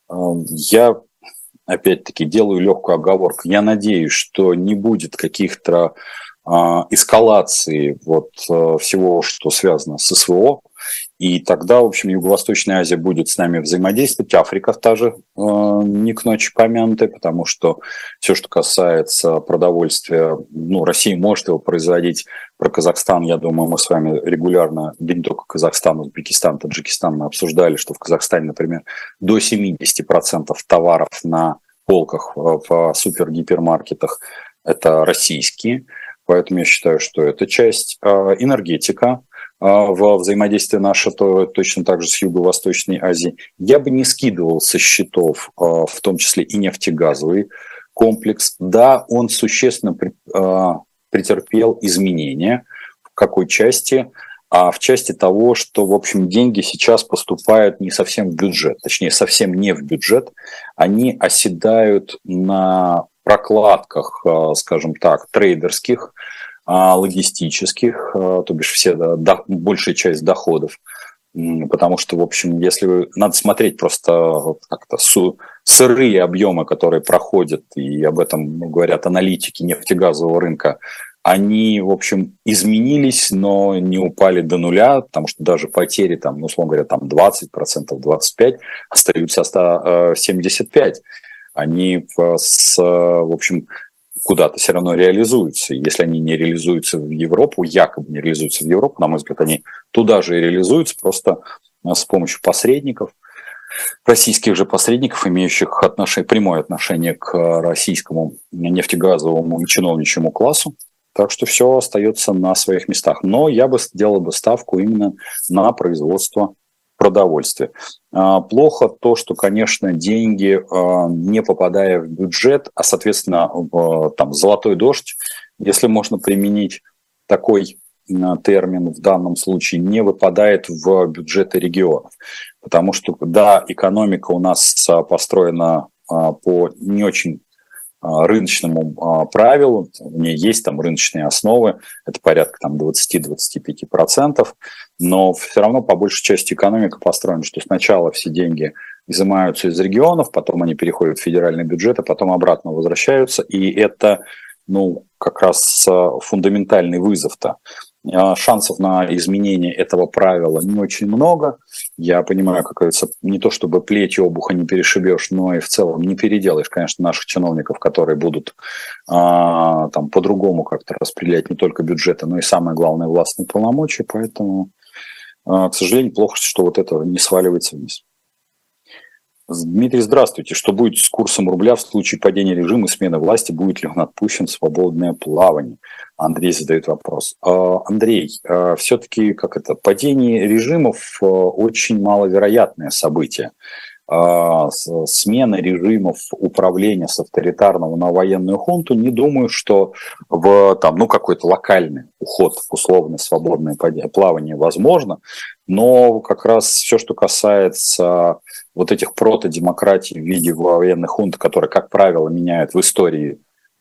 Speaker 1: Я, опять-таки, делаю легкую оговорку. Я надеюсь, что не будет каких-то э, эскалаций вот, э, всего, что связано с СВО. И тогда, в общем, Юго-Восточная Азия будет с нами взаимодействовать. Африка та же, э, не к ночи помянутая, потому что все, что касается продовольствия, ну, Россия может его производить. Про Казахстан, я думаю, мы с вами регулярно, да не только Казахстан, Узбекистан, Таджикистан, мы обсуждали, что в Казахстане, например, до семьдесят процентов товаров на полках в супергипермаркетах – это российские. Поэтому я считаю, что это часть. Энергетика во взаимодействии наше то, точно так же с Юго-Восточной Азией. Я бы не скидывал со счетов, в том числе и нефтегазовый комплекс. Да, он существенно претерпел изменения. В какой части? А в части того, что, в общем, деньги сейчас поступают не совсем в бюджет, точнее, совсем не в бюджет, они оседают на прокладках, скажем так, трейдерских, логистических, то бишь все, да, большая часть доходов. Потому что, в общем, если вы... Надо смотреть просто как-то сырые объемы, которые проходят, и об этом говорят аналитики нефтегазового рынка, они, в общем, изменились, но не упали до нуля, потому что даже потери, там, ну, условно говоря, там двадцать процентов, двадцать пять процентов остаются семьдесят пять процентов. Они, с, в общем, куда-то все равно реализуются. И если они не реализуются в Европу, якобы не реализуются в Европу, на мой взгляд, они туда же и реализуются, просто с помощью посредников, российских же посредников, имеющих отношение, прямое отношение к российскому нефтегазовому и чиновничьему классу. Так что все остается на своих местах. Но я бы сделал бы ставку именно на производство продовольствия. Плохо то, что, конечно, деньги, не попадая в бюджет, а, соответственно, в там, золотой дождь, если можно применить такой термин в данном случае, не выпадает в бюджеты регионов. Потому что, да, экономика у нас построена по не очень рыночному правилу, у нее есть там рыночные основы, это порядка там двадцать-двадцать пять процентов, но все равно по большей части экономика построена, что сначала все деньги изымаются из регионов, потом они переходят в федеральный бюджет, а потом обратно возвращаются, и это, ну, как раз фундаментальный вызов-то. Шансов на изменение этого правила не очень много. Я понимаю, как говорится, не то чтобы плетью обуха не перешибешь, но и в целом не переделаешь, конечно, наших чиновников, которые будут а, там по-другому как-то распределять не только бюджеты, но и самое главное властные полномочия. Поэтому, а, к сожалению, плохо, что вот это не сваливается вниз. Дмитрий, здравствуйте. Что будет с курсом рубля в случае падения режима и смены власти? Будет ли он отпущен в свободное плавание? Андрей задает вопрос. Андрей, все-таки как это? Падение режимов очень маловероятное событие. Смена режимов управления с авторитарного на военную хунту, не думаю, что в там, ну, какой-то локальный уход в условное свободное плавание возможно, но как раз все, что касается вот этих протодемократий в виде военных хунт, которые, как правило, меняют в истории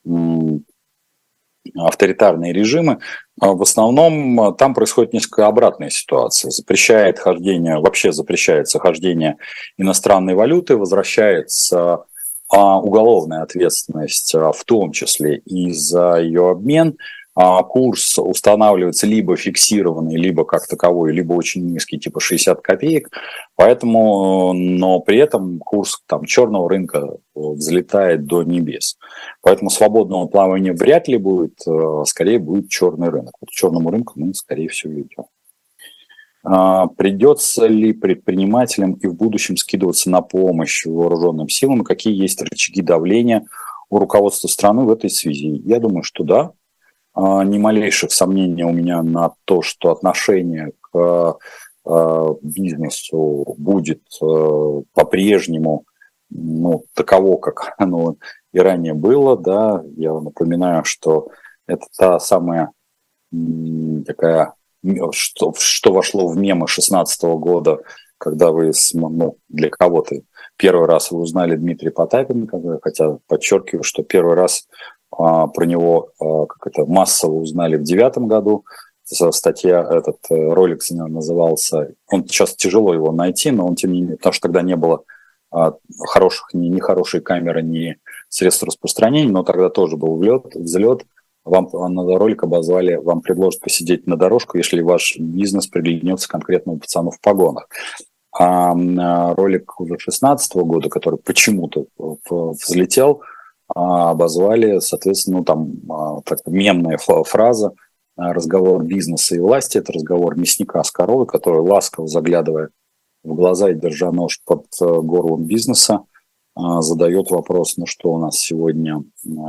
Speaker 1: авторитарные режимы, в основном там происходит несколько обратная ситуация. Запрещает хождение, вообще запрещается хождение иностранной валюты, возвращается уголовная ответственность, в том числе и за ее обмен. Курс устанавливается либо фиксированный, либо как таковой, либо очень низкий, типа шестьдесят копеек. Поэтому, но при этом курс там, черного рынка взлетает до небес. Поэтому свободного плавания вряд ли будет, скорее будет черный рынок. Вот к черному рынку мы, скорее всего, идем. Придется ли предпринимателям и в будущем скидываться на помощь вооруженным силам? Какие есть рычаги давления у руководства страны в этой связи? Я думаю, что да. Ни малейших сомнений у меня на то, что отношение к бизнесу будет по-прежнему, ну, таково, как оно и ранее было. Да. Я напоминаю, что это та самая такая, что, что вошло в мемы шестнадцатого года, когда вы, ну, для кого-то первый раз вы узнали Дмитрия Потапенко, хотя подчеркиваю, что первый раз про него как это, массово узнали в девятом году. Статья, этот ролик назывался, он сейчас тяжело его найти, но он тем не менее, потому что тогда не было хороших, ни, ни хорошей камеры, ни средств распространения, но тогда тоже был взлет, взлет. Вам на ролик обозвали, вам предложат посидеть на дорожку, если ваш бизнес приглянется конкретному пацану в погонах. А ролик уже шестнадцатого года, который почему-то взлетел, обозвали, соответственно, ну, там так, мемная фраза «разговор бизнеса и власти» – это разговор мясника с коровой, который, ласково заглядывая в глаза и держа нож под горлом бизнеса, задает вопрос: ну что у нас сегодня,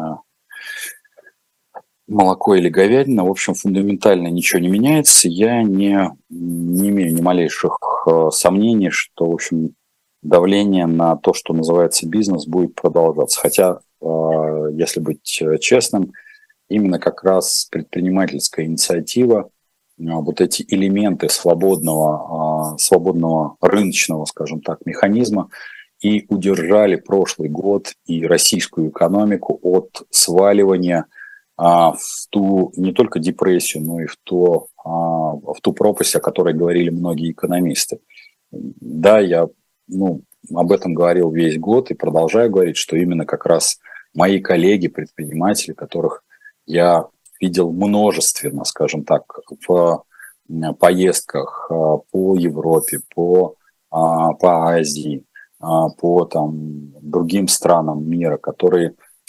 Speaker 1: молоко или говядина? В общем, фундаментально ничего не меняется. Я не, не имею ни малейших сомнений, что, в общем, давление на то, что называется бизнес, будет продолжаться. Хотя, если быть честным, именно как раз предпринимательская инициатива, вот эти элементы свободного, свободного рыночного, скажем так, механизма и удержали прошлый год и российскую экономику от сваливания в ту не только депрессию, но и в ту, в ту пропасть, о которой говорили многие экономисты. Да, я ну, об этом говорил весь год и продолжаю говорить, что именно как раз мои коллеги, предприниматели, которых я видел множественно, скажем так, в поездках по Европе, по, по Азии, по там, другим странам мира, которые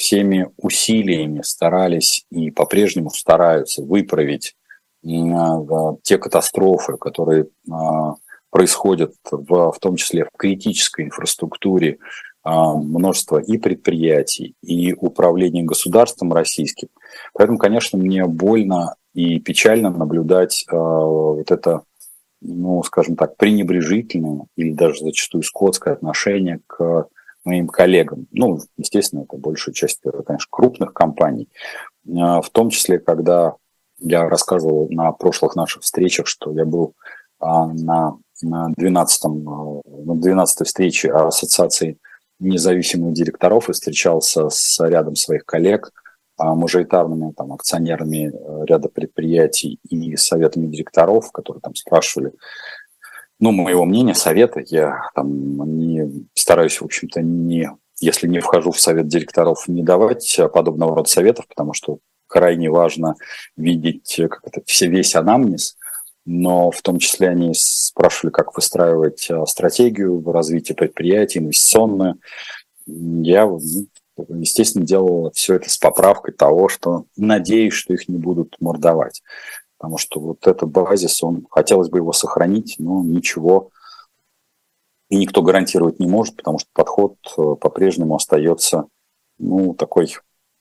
Speaker 1: всеми усилиями старались и по-прежнему стараются выправить те катастрофы, которые происходят в, в том числе в критической инфраструктуре множества и предприятий, и управления государством российским. Поэтому, конечно, мне больно и печально наблюдать вот это, ну, скажем так, пренебрежительное или даже зачастую скотское отношение к моим коллегам. Ну, естественно, это большая часть, конечно, крупных компаний, в том числе, когда я рассказывал на прошлых наших встречах, что я был на, на, двенадцатом, на двенадцатой встрече Ассоциации независимых директоров и встречался с рядом своих коллег, мажоритарными там, акционерами ряда предприятий и советами директоров, которые там спрашивали, ну, моего мнения, совета. Я там не стараюсь, в общем-то, не, если не вхожу в совет директоров, не давать подобного рода советов, потому что крайне важно видеть как это, все, весь анамнез, но в том числе они спрашивали, как выстраивать стратегию развития предприятий, инвестиционную. Я, естественно, делал все это с поправкой того, что надеюсь, что их не будут мордовать. Потому что вот этот базис, он, хотелось бы его сохранить, но ничего и никто гарантировать не может, потому что подход по-прежнему остается, ну, такой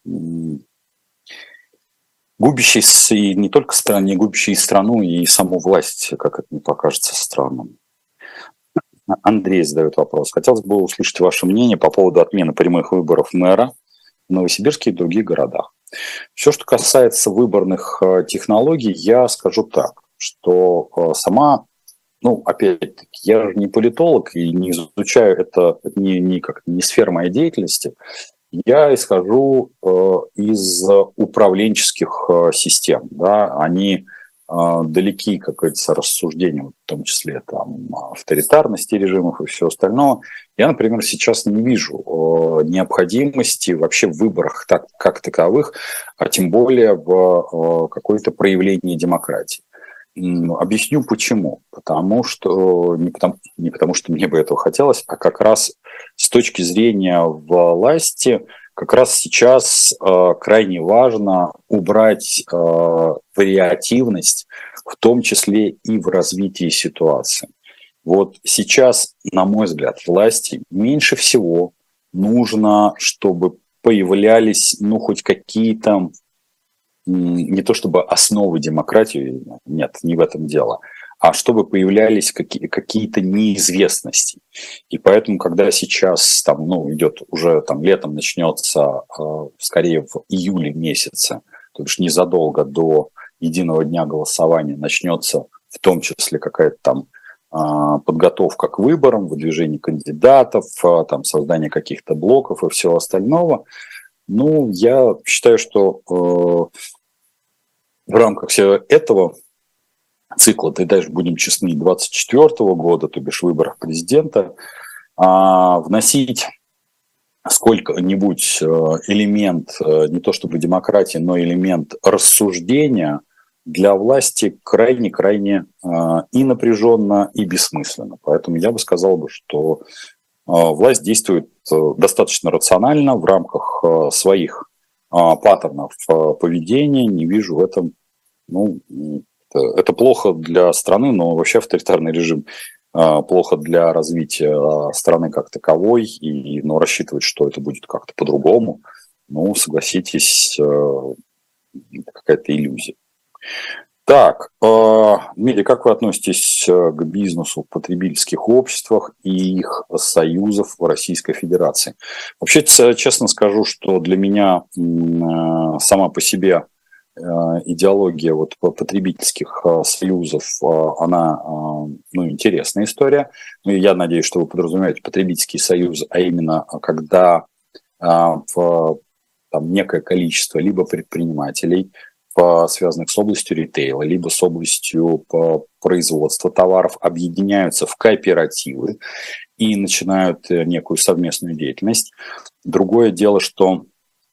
Speaker 1: губящий и не только стране, губящий и страну, и саму власть, как это не покажется странным. Андрей задает вопрос. Хотелось бы услышать ваше мнение по поводу отмены прямых выборов мэра в Новосибирске и других городах. Все, что касается выборных технологий, я скажу так, что сама, ну, опять-таки, я же не политолог и не изучаю это, это не, не, как, не сфера моей деятельности. Я исхожу э, из управленческих э, систем. Да? Они э, далеки, как говорится, рассуждениям, в том числе там, авторитарности режимов и все остальное. Я, например, сейчас не вижу э, необходимости вообще в выборах так, как таковых, а тем более в э, какое-то проявлении демократии. Объясню почему. Потому что не потому, не потому, что мне бы этого хотелось, а как раз с точки зрения власти, как раз сейчас э, крайне важно убрать э, вариативность, в том числе и в развитии ситуации. Вот сейчас, на мой взгляд, власти меньше всего нужно, чтобы появлялись, ну, хоть какие-то, не то чтобы основы демократии, нет, не в этом дело, а чтобы появлялись какие- какие-то неизвестности. И поэтому, когда сейчас там, ну, идет уже там летом начнется, э, скорее в июле месяце, то есть незадолго до единого дня голосования начнется в том числе какая-то там э, подготовка к выборам, выдвижение кандидатов, э, там создание каких-то блоков и всего остального. Ну, я считаю, что э, в рамках всего этого цикла, да и даже будем честны, двадцать четвёртого года, то бишь выборов президента, а, вносить сколько-нибудь элемент, не то чтобы демократии, но элемент рассуждения для власти крайне-крайне и напряженно, и бессмысленно. Поэтому я бы сказал, бы, что власть действует достаточно рационально в рамках своих паттернов поведения. Не вижу в этом, ну, это, это плохо для страны, но вообще авторитарный режим плохо для развития страны как таковой, и, но рассчитывать, что это будет как-то по-другому, ну, согласитесь, какая-то иллюзия. Так, Дмитрий, как вы относитесь к бизнесу в потребительских обществах и их союзов в Российской Федерации? Вообще, честно скажу, что для меня сама по себе идеология вот потребительских союзов, она, ну, интересная история. Ну, и я надеюсь, что вы подразумеваете потребительский союз, а именно когда в, там, некое количество либо предпринимателей, связанных с областью ритейла, либо с областью производства товаров, объединяются в кооперативы и начинают некую совместную деятельность. Другое дело, что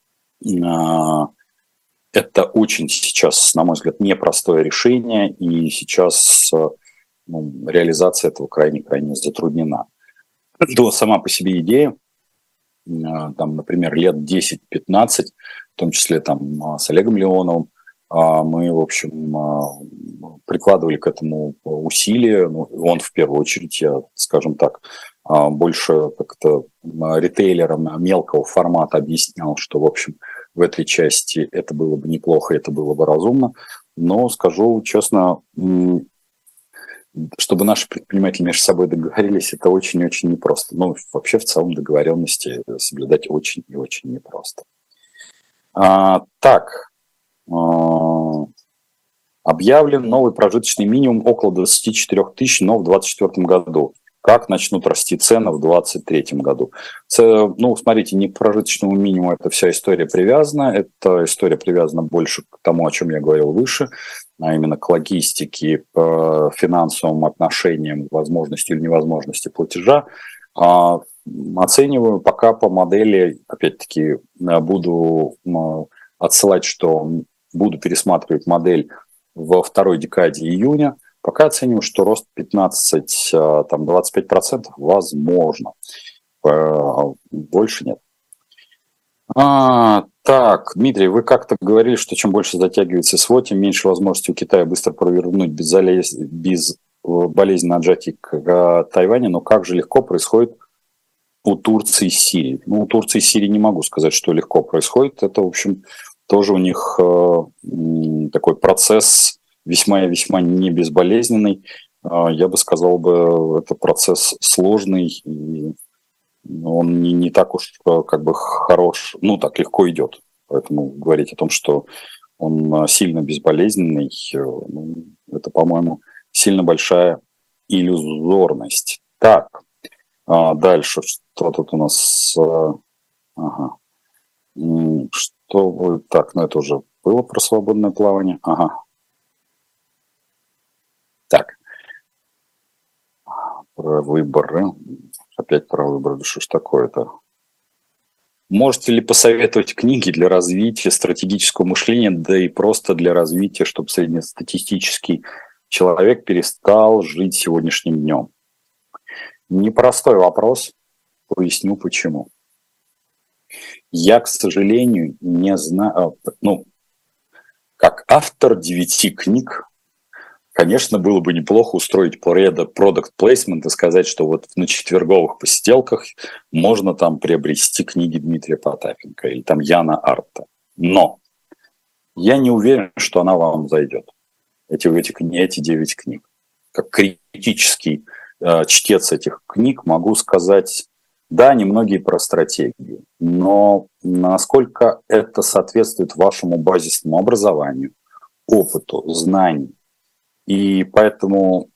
Speaker 1: это очень сейчас, на мой взгляд, непростое решение, и сейчас, ну, реализация этого крайне-крайне затруднена. То сама по себе идея там, например, лет десять-пятнадцать, в том числе там с Олегом Леоновым, мы, в общем, прикладывали к этому усилия. Ну, он в первую очередь, я, скажем так, больше как-то ритейлерам мелкого формата объяснял, что, в общем, в этой части это было бы неплохо, это было бы разумно. Но скажу честно, чтобы наши предприниматели между собой договорились, это очень-очень непросто. Ну, вообще, в целом, договоренности соблюдать очень и очень непросто. А, так, а, объявлен новый прожиточный минимум около двадцать четыре тысячи, но в двадцать четвёртом году. Как начнут расти цены в двадцать третьем году? Ну, смотрите, не к прожиточному минимуму эта вся история привязана. Эта история привязана больше к тому, о чем я говорил выше, а именно к логистике, к финансовым отношениям, возможности или невозможности платежа. Оцениваю пока по модели, опять-таки, буду отсылать, что буду пересматривать модель во второй декаде июня. Пока оцениваю, что рост пятнадцать-двадцать пять процентов возможно. Больше нет. А, так, Дмитрий, вы как-то говорили, что чем больше затягивается СВО, тем меньше возможности у Китая быстро провернуть безболез... безболезненное отжатие к Тайваню. Но как же легко происходит у Турции и Сирии? Ну, у Турции и Сирии не могу сказать, что легко происходит. Это, в общем, тоже у них э, такой процесс весьма и весьма не безболезненный. Я бы сказал, бы, это процесс сложный, и он не, не так уж как бы хорош, ну так легко идет. Поэтому говорить о том, что он сильно безболезненный, ну, это, по-моему, сильно большая иллюзорность. Так, дальше, что тут у нас? Ага. Что, так, ну это уже было про свободное плавание. Ага. Так, про выборы. Опять про выборы. Что ж такое-то? Можете ли посоветовать книги для развития стратегического мышления, да и просто для развития, чтобы среднестатистический человек перестал жить сегодняшним днем? Непростой вопрос. Поясню почему. Я, к сожалению, не знаю... Ну, как автор девяти книг, конечно, было бы неплохо устроить product placement и сказать, что вот на четверговых посиделках можно там приобрести книги Дмитрия Потапенко или там Яна Арта. Но я не уверен, что она вам зайдет. Эти, эти, эти девять книг. Как критический э, чтец этих книг могу сказать, да, немногие про стратегию, но насколько это соответствует вашему базисному образованию, опыту, знаниям. И поэтому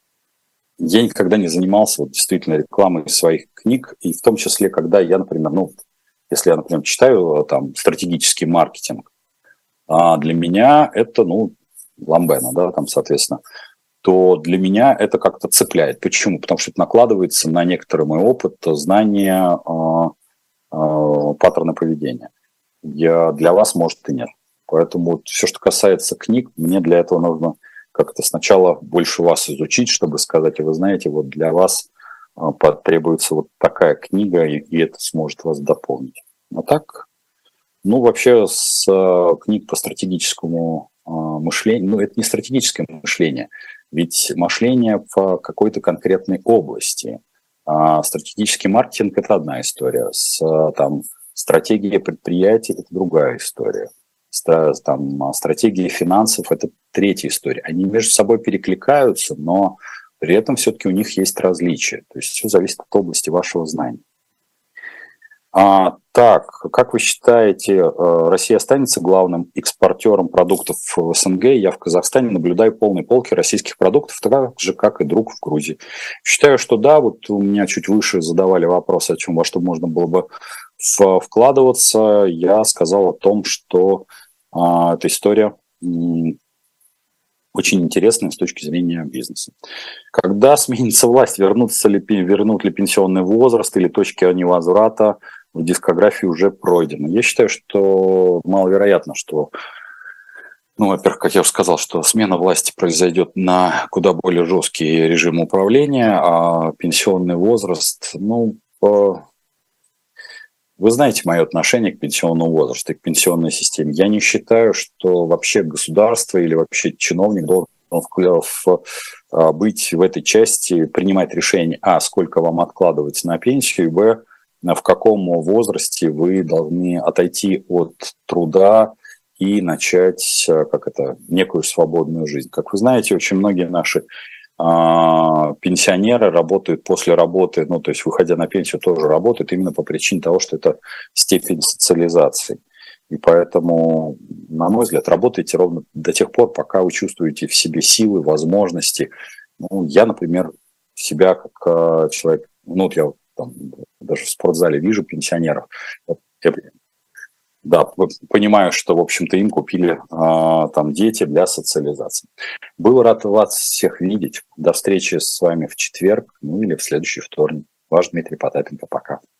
Speaker 1: я никогда не занимался вот, действительно рекламой своих книг, и в том числе, когда я, например, ну, если я, например, читаю там стратегический маркетинг, а для меня это, ну, Ламбена, да, там, соответственно, то для меня это как-то цепляет. Почему? Потому что это накладывается на некоторый мой опыт, знания, э, э, паттерны поведения. Я, для вас, может, и нет. Поэтому вот все, что касается книг, мне для этого нужно как-то сначала больше вас изучить, чтобы сказать, и вы знаете, вот для вас потребуется вот такая книга, и, и это сможет вас дополнить. А так, ну, вообще с э, книг по стратегическому э, мышлению, ну, это не стратегическое мышление, ведь мышление в какой-то конкретной области. А стратегический маркетинг – это одна история, с, там, стратегия предприятий – это другая история. Там, стратегия финансов – это третья история. Они между собой перекликаются, но при этом все-таки у них есть различия. То есть все зависит от области вашего знания. А, так, как вы считаете, Россия останется главным экспортером продуктов в СНГ? Я в Казахстане наблюдаю полные полки российских продуктов, так же, как и друг в Грузии. Считаю, что да, вот у меня чуть выше задавали вопрос, о чем, во что можно было бы вкладываться. Я сказал о том, что а, эта история м, очень интересная с точки зрения бизнеса. Когда сменится власть, вернутся ли, вернут ли пенсионный возраст или точки невозврата в дискографии уже пройдены? Я считаю, что маловероятно, что, ну, во-первых, как я уже сказал, что смена власти произойдет на куда более жесткий режим управления, а пенсионный возраст, ну, по... Вы знаете мое отношение к пенсионному возрасту и к пенсионной системе. Я не считаю, что вообще государство или вообще чиновник должен в, в, быть в этой части, принимать решение, а, сколько вам откладывать на пенсию, и, б, в каком возрасте вы должны отойти от труда и начать, как это, некую свободную жизнь. Как вы знаете, очень многие наши а, пенсионеры работают после работы, ну, то есть, выходя на пенсию, тоже работают именно по причине того, что это степень социализации. И поэтому, на мой взгляд, работайте ровно до тех пор, пока вы чувствуете в себе силы, возможности. Ну, я, например, себя как человек, ну, вот я там, даже в спортзале вижу пенсионеров, я, да, понимаю, что, в общем-то, им купили а, там дети для социализации. Был рад вас всех видеть. До встречи с вами в четверг, ну или в следующий вторник. Ваш Дмитрий Потапенко. Пока.